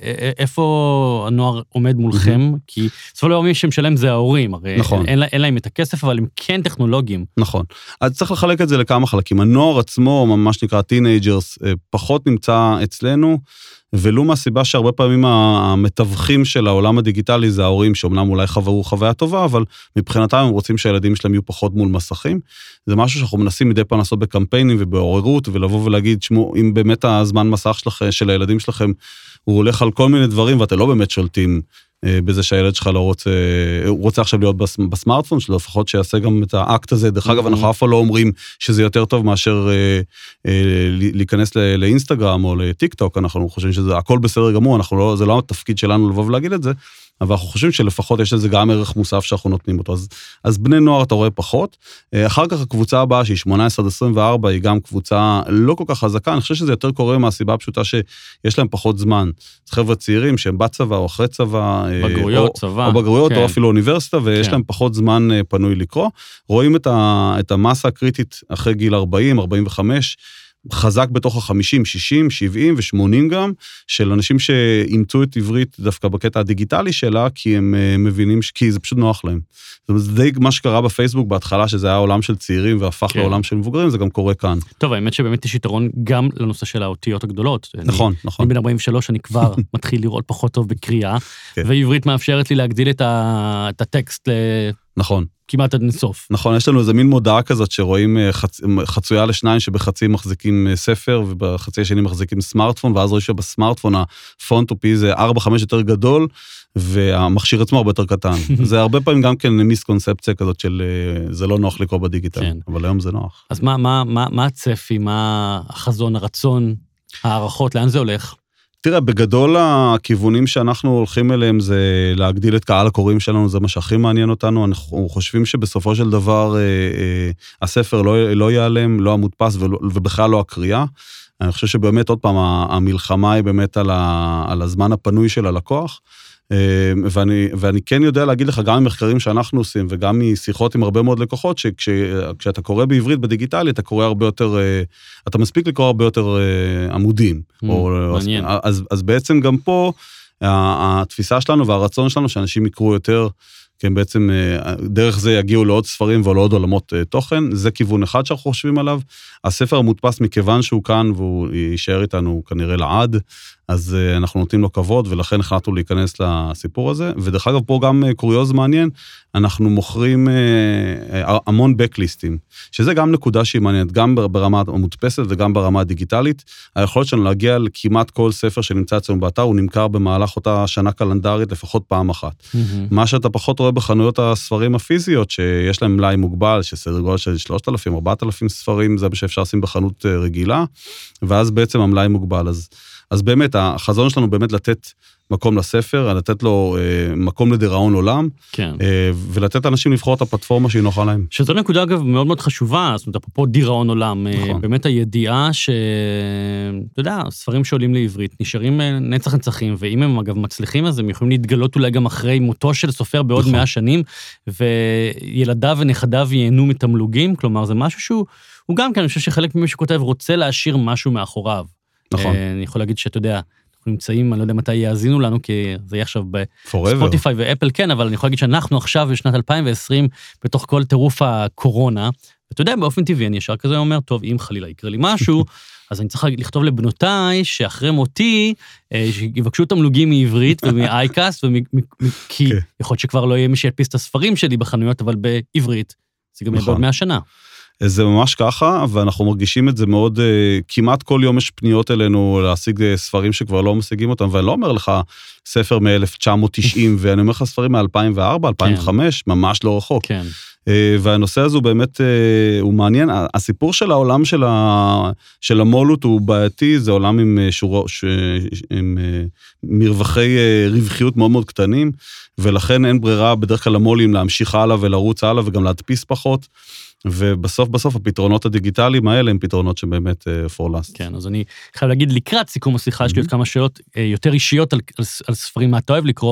איפה הנוער עומד מולכם? כי סופו של דבר שהם שלהם זה ההורים, הרי נכון. אין, אין להם את הכסף, אבל הם כן טכנולוגיים. נכון. אז צריך לחלק את זה לכמה חלקים. הנוער עצמו, ממש נקרא טינג'רס, פחות נמצא אצלנו, ולו מהסיבה שהרבה פעמים המתווכים של העולם הדיגיטלי זה ההורים, שאומנם אולי חברו חוויה טובה, אבל מבחינתם הם רוצים שהילדים שלהם יהיו פחות מול מסכים. זה משהו שאנחנו מנסים מדי פעם לעשות בקמפיינים ובעוררות, ולבוא ולהגיד, שמו, אם באמת הזמן מסך שלכם, של הילדים שלכם, הוא הולך על כל מיני דברים, ואתם לא באמת שולטים בזה שהילד שלך לא רוצה, הוא רוצה עכשיו להיות בסמארטפון שלו, לפחות שיעשה גם את האקט הזה. דרך אגב, אנחנו אף פעם לא אומרים שזה יותר טוב מאשר להיכנס לאינסטגרם או לטיק טוק, אנחנו חושבים שזה הכל בסדר גמור, אנחנו לא, זה לא התפקיד שלנו לבוא ולהגיד את זה, אבל אנחנו חושבים שלפחות יש לזה גם ערך מוסף שאנחנו נותנים אותו. אז, אז בני נוער אתה רואה פחות. אחר כך הקבוצה הבאה, שהיא שמונה עשרה עד עשרים וארבע, היא גם קבוצה לא כל כך חזקה. אני חושב שזה יותר קורה מהסיבה הפשוטה שיש להם פחות זמן. זה חבר'ה צעירים שהם בצבא או אחרי צבא. בגרויות, או, צבא. או בגרויות, כן. או אפילו אוניברסיטה, ויש כן. להם פחות זמן פנוי לקרוא. רואים את, ה, את המסה הקריטית אחרי גיל ארבעים, ארבעים וחמש, חזק בתוך ה-חמישים, שישים, שבעים ו-שמונים גם, של אנשים שאימצו את עברית דווקא בקטע הדיגיטלי שלה, כי הם מבינים, כי זה פשוט נוח להם. זה די מה שקרה בפייסבוק בהתחלה, שזה היה עולם של צעירים והפך כן. לעולם של מבוגרים, זה גם קורה כאן. טוב, האמת שבאמת יש יתרון גם לנושא של האותיות הגדולות. נכון, אני, נכון. אני בן ארבעים ושלוש, אני כבר מתחיל לראות פחות טוב בקריאה, כן. ועברית מאפשרת לי להגדיל את, ה, את הטקסט ל... נכון. כמעט עד נסוף. נכון, יש לנו איזה מין מודעה כזאת שרואים חצ... חצויה לשניים שבחצי מחזיקים ספר, ובחצי השני מחזיקים סמארטפון, ואז רואים שבסמארטפון הפונט הוא פי זה ארבע חמש יותר גדול, והמכשיר עצמו הרבה יותר קטן. זה הרבה פעמים גם כן מיסקונספציה כזאת של זה לא נוח לקרוא בדיגיטל, כן. אבל היום זה נוח. אז מה, מה, מה, מה הצפי, מה החזון, הרצון, הערכות, לאן זה הולך? תראה, בגדול הכיוונים שאנחנו הולכים אליהם זה להגדיל את קהל הקוראים שלנו, זה מה שהכי מעניין אותנו, אנחנו חושבים שבסופו של דבר אה, אה, הספר לא, לא ייעלם, לא המודפס ולא, ובכלל לא הקריאה. אני חושב שבאמת עוד פעם המלחמה היא באמת על, ה, על הזמן הפנוי של הלקוח, ואני, ואני כן יודע להגיד לך גם ממחקרים שאנחנו עושים, וגם משיחות עם הרבה מאוד לקוחות, שכשאתה קורא בעברית בדיגיטלי, אתה קורא הרבה יותר, אתה מספיק לקרוא הרבה יותר עמודים. Mm, או, מעניין. אז, אז בעצם גם פה, התפיסה שלנו והרצון שלנו, שאנשים יקראו יותר, כי הם בעצם דרך זה יגיעו לעוד ספרים ולעוד עולמות תוכן, זה כיוון אחד שאנחנו חושבים עליו. הספר המודפס מכיוון שהוא כאן, והוא יישאר איתנו כנראה לעד, אז אנחנו נותנים לו כבוד, ולכן החלטנו להיכנס לסיפור הזה. ודרך אגב, פה גם קוריוז מעניין, אנחנו מוכרים המון בקליסטים, שזה גם נקודה שהיא מעניינת, גם ברמה המודפסת וגם ברמה הדיגיטלית. היכולת שלנו להגיע לכמעט כל ספר שנמצא אצלנו באתר, הוא נמכר במהלך אותה שנה קלנדרית לפחות פעם אחת. מה שאתה פחות רואה בחנויות הספרים הפיזיות, שיש להם מלאי מוגבל, שסדר גודל של שלושת אלפים, ארבעת אלפים ספרים, זה שאפשר לשים בחנות רגילה, ואז בעצם המלאי מוגבל. אז, אז באמת, החזון שלנו באמת לתת מקום לספר, לתת לו אה, מקום לדיראון עולם, כן. אה, ולתת אנשים לבחור את הפלטפורמה שהיא נוחה להם. שזו נקודה, אגב, מאוד מאוד חשובה, זאת אומרת, אפרופו דיראון עולם, נכון. אה, באמת הידיעה ש... אתה יודע, ספרים שעולים לעברית, נשארים נצח נצחים, ואם הם אגב מצליחים, אז הם יכולים להתגלות אולי גם אחרי מותו של סופר בעוד נכון. מאה שנים, וילדיו ונכדיו ייהנו מתמלוגים, כלומר, זה משהו שהוא, הוא גם כן, אני חושב שחלק ממי שכותב רוצה להשאיר משהו מאחוריו. נכון. אה, אני יכול להגיד שאתה יודע, נמצאים, אני לא יודע מתי יאזינו לנו, כי זה יהיה עכשיו בספוטיפיי ואפל, כן, אבל אני יכול להגיד שאנחנו עכשיו בשנת אלפיים ועשרים, בתוך כל טירוף הקורונה, ואתה יודע, באופן טבעי, אני ישר כזה אומר, טוב, אם חלילה יקרה לי משהו, אז אני צריך לכתוב לבנותיי, שאחרי מותי, שיבקשו תמלוגים מעברית ומאייקאסט, כי יכול להיות שכבר לא יהיה מי שידפיס את הספרים שלי בחנויות, אבל בעברית, זה גם יהיה בעוד מאה שנה. זה ממש ככה, ואנחנו מרגישים את זה מאוד, כמעט כל יום יש פניות אלינו להשיג ספרים שכבר לא משיגים אותם, ואני לא אומר לך ספר מ-אלף תשע מאות תשעים, ואני אומר לך ספרים מ-אלפיים וארבע, אלפיים וחמש, כן. ממש לא רחוק. כן. והנושא הזה הוא באמת, הוא מעניין, הסיפור של העולם של, ה, של המולות הוא בעייתי, זה עולם עם, שורו, ש, עם מרווחי רווחיות מאוד מאוד קטנים, ולכן אין ברירה בדרך כלל למולים להמשיך הלאה ולרוץ הלאה, וגם להדפיס פחות, ובסוף בסוף הפתרונות הדיגיטליים האלה הם פתרונות שבאמת פורלסט. כן, אז אני חייב להגיד לקראת סיכום השיחה, יש לי עוד כמה שאלות יותר אישיות על, על, על ספרים מה אתה אוהב לקרוא,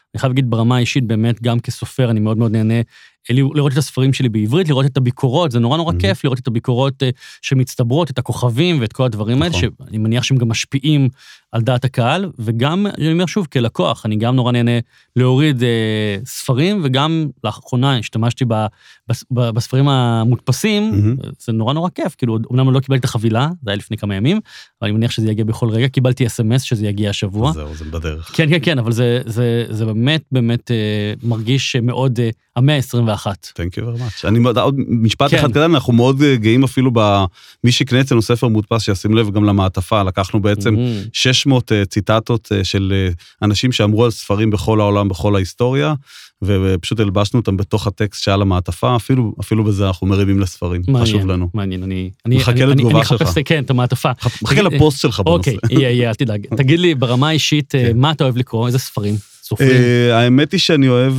אני חייב להגיד ברמה האישית, באמת, גם כסופר, אני מאוד מאוד נהנה לראות את הספרים שלי בעברית, לראות את הביקורות, זה נורא נורא כיף לראות את הביקורות שמצטברות, את הכוכבים ואת כל הדברים האלה, שאני מניח שהם גם משפיעים על דעת הקהל, וגם, אני אומר שוב, כלקוח, אני גם נורא נהנה להוריד ספרים, וגם לאחרונה השתמשתי בספרים המודפסים, זה נורא נורא כיף, כאילו, אומנם לא קיבלתי את החבילה, זה היה לפני כמה ימים, אבל אני מניח שזה יגיע בכל רגע, קיבלתי אס אם אס שזה יגיע השבוע. זהו, זה בדרך. כן, כן, כן, אבל זה, זה, זה באמת, באמת מרגיש מאוד המאה ה-עשרים ואחת. Thank you very much. אני עוד משפט אחד קטן, אנחנו מאוד גאים אפילו במי שקנה אצלנו ספר מודפס, שישים לב גם למעטפה, לקחנו בעצם שש מאות ציטטות של אנשים שאמרו על ספרים בכל העולם, בכל ההיסטוריה, ופשוט הלבשנו אותם בתוך הטקסט שעל המעטפה, אפילו, אפילו בזה אנחנו מרימים לספרים, חשוב לנו. מעניין, אני... מחכה לתגובה שלך. אני אחפש, כן, את המעטפה. מחכה לפוסט שלך בנושא. אוקיי, יהיה, יהיה, אל תדאג. תגיד לי, ברמה האישית, מה אתה אוהב לקרוא? איזה ספרים? סופרים? האמת היא שאני אוהב...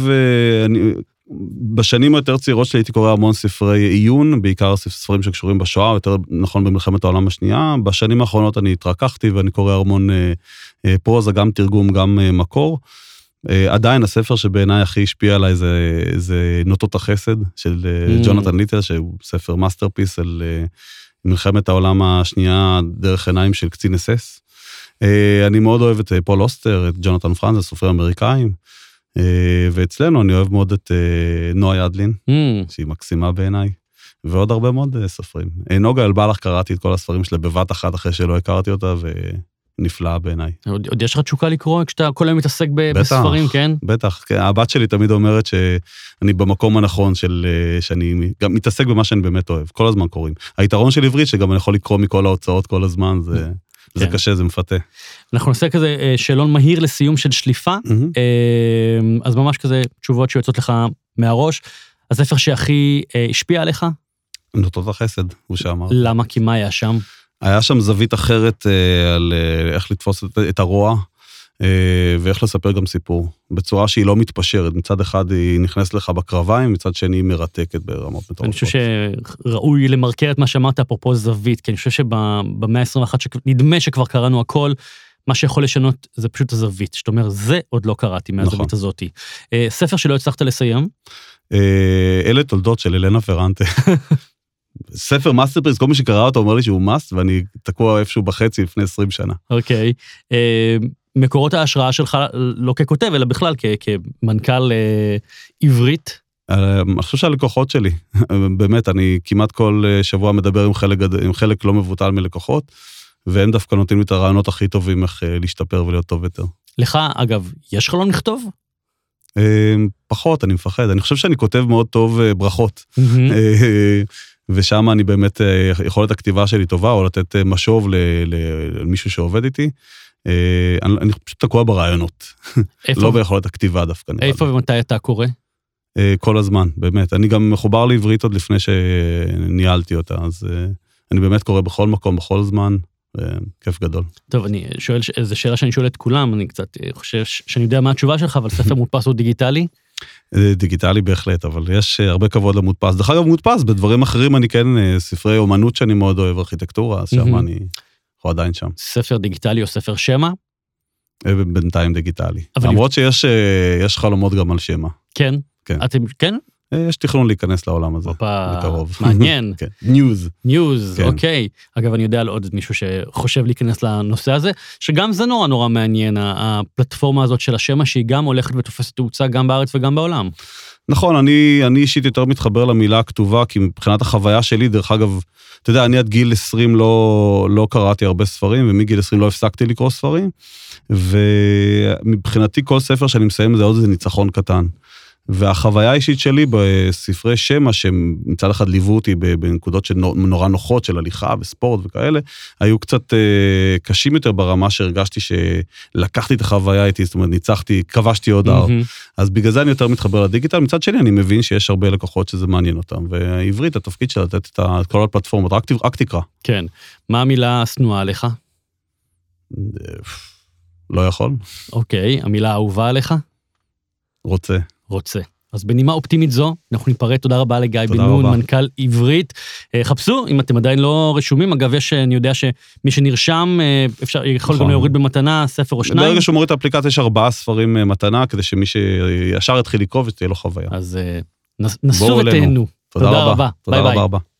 בשנים היותר צעירות שלי הייתי קורא המון ספרי עיון, בעיקר ספרים שקשורים בשואה, יותר נכון במלחמת העולם השנייה. בשנים האחרונות אני התרככתי ואני קורא המון פרוזה, גם תרגום, גם מקור. עדיין הספר שבעיניי הכי השפיע עליי זה, זה נוטות החסד של ג'ונתן ליטל, שהוא ספר מאסטרפיס על מלחמת העולם השנייה דרך עיניים של קצין אס אס. אני מאוד אוהב את פול אוסטר, את ג'ונתן פרנז, סופרים אמריקאים. ואצלנו אני אוהב מאוד את נועה ידלין, שהיא מקסימה בעיניי, ועוד הרבה מאוד סופרים. נוגה אלבלח, קראתי את כל הספרים שלה בבת אחת אחרי שלא הכרתי אותה, ונפלאה בעיניי. עוד יש לך תשוקה לקרוא כשאתה כל היום מתעסק בספרים, כן? בטח, הבת שלי תמיד אומרת שאני במקום הנכון, שאני גם מתעסק במה שאני באמת אוהב, כל הזמן קוראים. היתרון של עברית שגם אני יכול לקרוא מכל ההוצאות כל הזמן, זה... זה קשה, זה מפתה. אנחנו נעשה כזה שאלון מהיר לסיום של שליפה, אז ממש כזה תשובות שיוצאות לך מהראש. הספר שהכי השפיע עליך? נוטות החסד, הוא שאמר. למה? כי מה היה שם? היה שם זווית אחרת על איך לתפוס את הרוע, ואיך לספר גם סיפור, בצורה שהיא לא מתפשרת. מצד אחד היא נכנסת לך בקרביים, מצד שני היא מרתקת ברמות מטורפות. אני חושב שראוי למרקר את מה שאמרת אפרופו זווית, כי אני חושב שבמאה ה-עשרים ואחת נדמה שכבר קראנו הכל, מה שיכול לשנות זה פשוט הזווית, שאתה אומר, זה עוד לא קראתי מהזווית הזאת. ספר שלא הצלחת לסיים? אלה תולדות של אלנה פרנטה. ספר מאסטרפיס, כל מי שקרא אותו אומר לי שהוא מאסט, ואני תקוע איפשהו בחצי לפני עשרים שנה. אוקיי. מקורות ההשראה שלך לא ככותב, אלא בכלל כמנכ"ל עברית? אני חושב שהלקוחות שלי, באמת, אני כמעט כל שבוע מדבר עם חלק, עם חלק לא מבוטל מלקוחות, והם דווקא נותנים לי את הרעיונות הכי טובים איך להשתפר ולהיות טוב יותר. לך, אגב, יש חלום לכתוב? פחות, אני מפחד. אני חושב שאני כותב מאוד טוב ברכות. ושם אני באמת, יכולת הכתיבה שלי טובה, או לתת משוב למישהו שעובד איתי. אני פשוט תקוע ברעיונות. לא ביכולת הכתיבה דווקא. איפה ומתי אתה קורא? כל הזמן, באמת. אני גם מחובר לעברית עוד לפני שניהלתי אותה, אז אני באמת קורא בכל מקום, בכל זמן. כיף גדול. טוב, אני שואל, זו שאלה שאני שואל את כולם, אני קצת חושב שאני יודע מה התשובה שלך, אבל ספר מודפס הוא דיגיטלי? דיגיטלי בהחלט, אבל יש הרבה כבוד למודפס. דרך אגב, מודפס, בדברים אחרים אני כן, ספרי אומנות שאני מאוד אוהב, ארכיטקטורה, אז שם אני עדיין שם. ספר דיגיטלי או ספר שמע? בינתיים דיגיטלי. למרות שיש חלומות גם על שמע. כן? אתם, כן? יש תכנון להיכנס לעולם הזה, בקרוב. מעניין. ניוז. ניוז, אוקיי. אגב, אני יודע על עוד מישהו שחושב להיכנס לנושא הזה, שגם זה נורא נורא מעניין, הפלטפורמה הזאת של השמע, שהיא גם הולכת ותופסת תאוצה גם בארץ וגם בעולם. נכון, אני, אני אישית יותר מתחבר למילה הכתובה, כי מבחינת החוויה שלי, דרך אגב, אתה יודע, אני עד גיל עשרים לא, לא קראתי הרבה ספרים, ומגיל עשרים לא הפסקתי לקרוא ספרים, ומבחינתי כל ספר שאני מסיים זה עוד איזה ניצחון קטן. והחוויה האישית שלי בספרי שמע, שמצד אחד ליוו אותי בנקודות שנורא נוחות של הליכה וספורט וכאלה, היו קצת קשים יותר ברמה שהרגשתי שלקחתי את החוויה איתי, זאת אומרת, ניצחתי, כבשתי עוד הר. אז בגלל זה אני יותר מתחבר לדיגיטל, מצד שני אני מבין שיש הרבה לקוחות שזה מעניין אותם, והעברית, התפקיד שלה לתת את כל הפלטפורמות, רק תקרא. כן. מה המילה השנואה עליך? לא יכול. אוקיי, המילה האהובה עליך? רוצה. רוצה. אז בנימה אופטימית זו, אנחנו ניפרד, תודה רבה לגיא בן נון, מנכ"ל עברית. חפשו, אם אתם עדיין לא רשומים, אגב, יש, אני יודע שמי שנרשם, אפשר, יכול גם להוריד במתנה, ספר או שניים. ברגע שהוא מוריד את האפליקציה, יש ארבעה ספרים מתנה, כדי שמי שישר יתחיל לקרוא ותהיה לו חוויה. אז נסו ותהנו. תודה רבה. ביי ביי.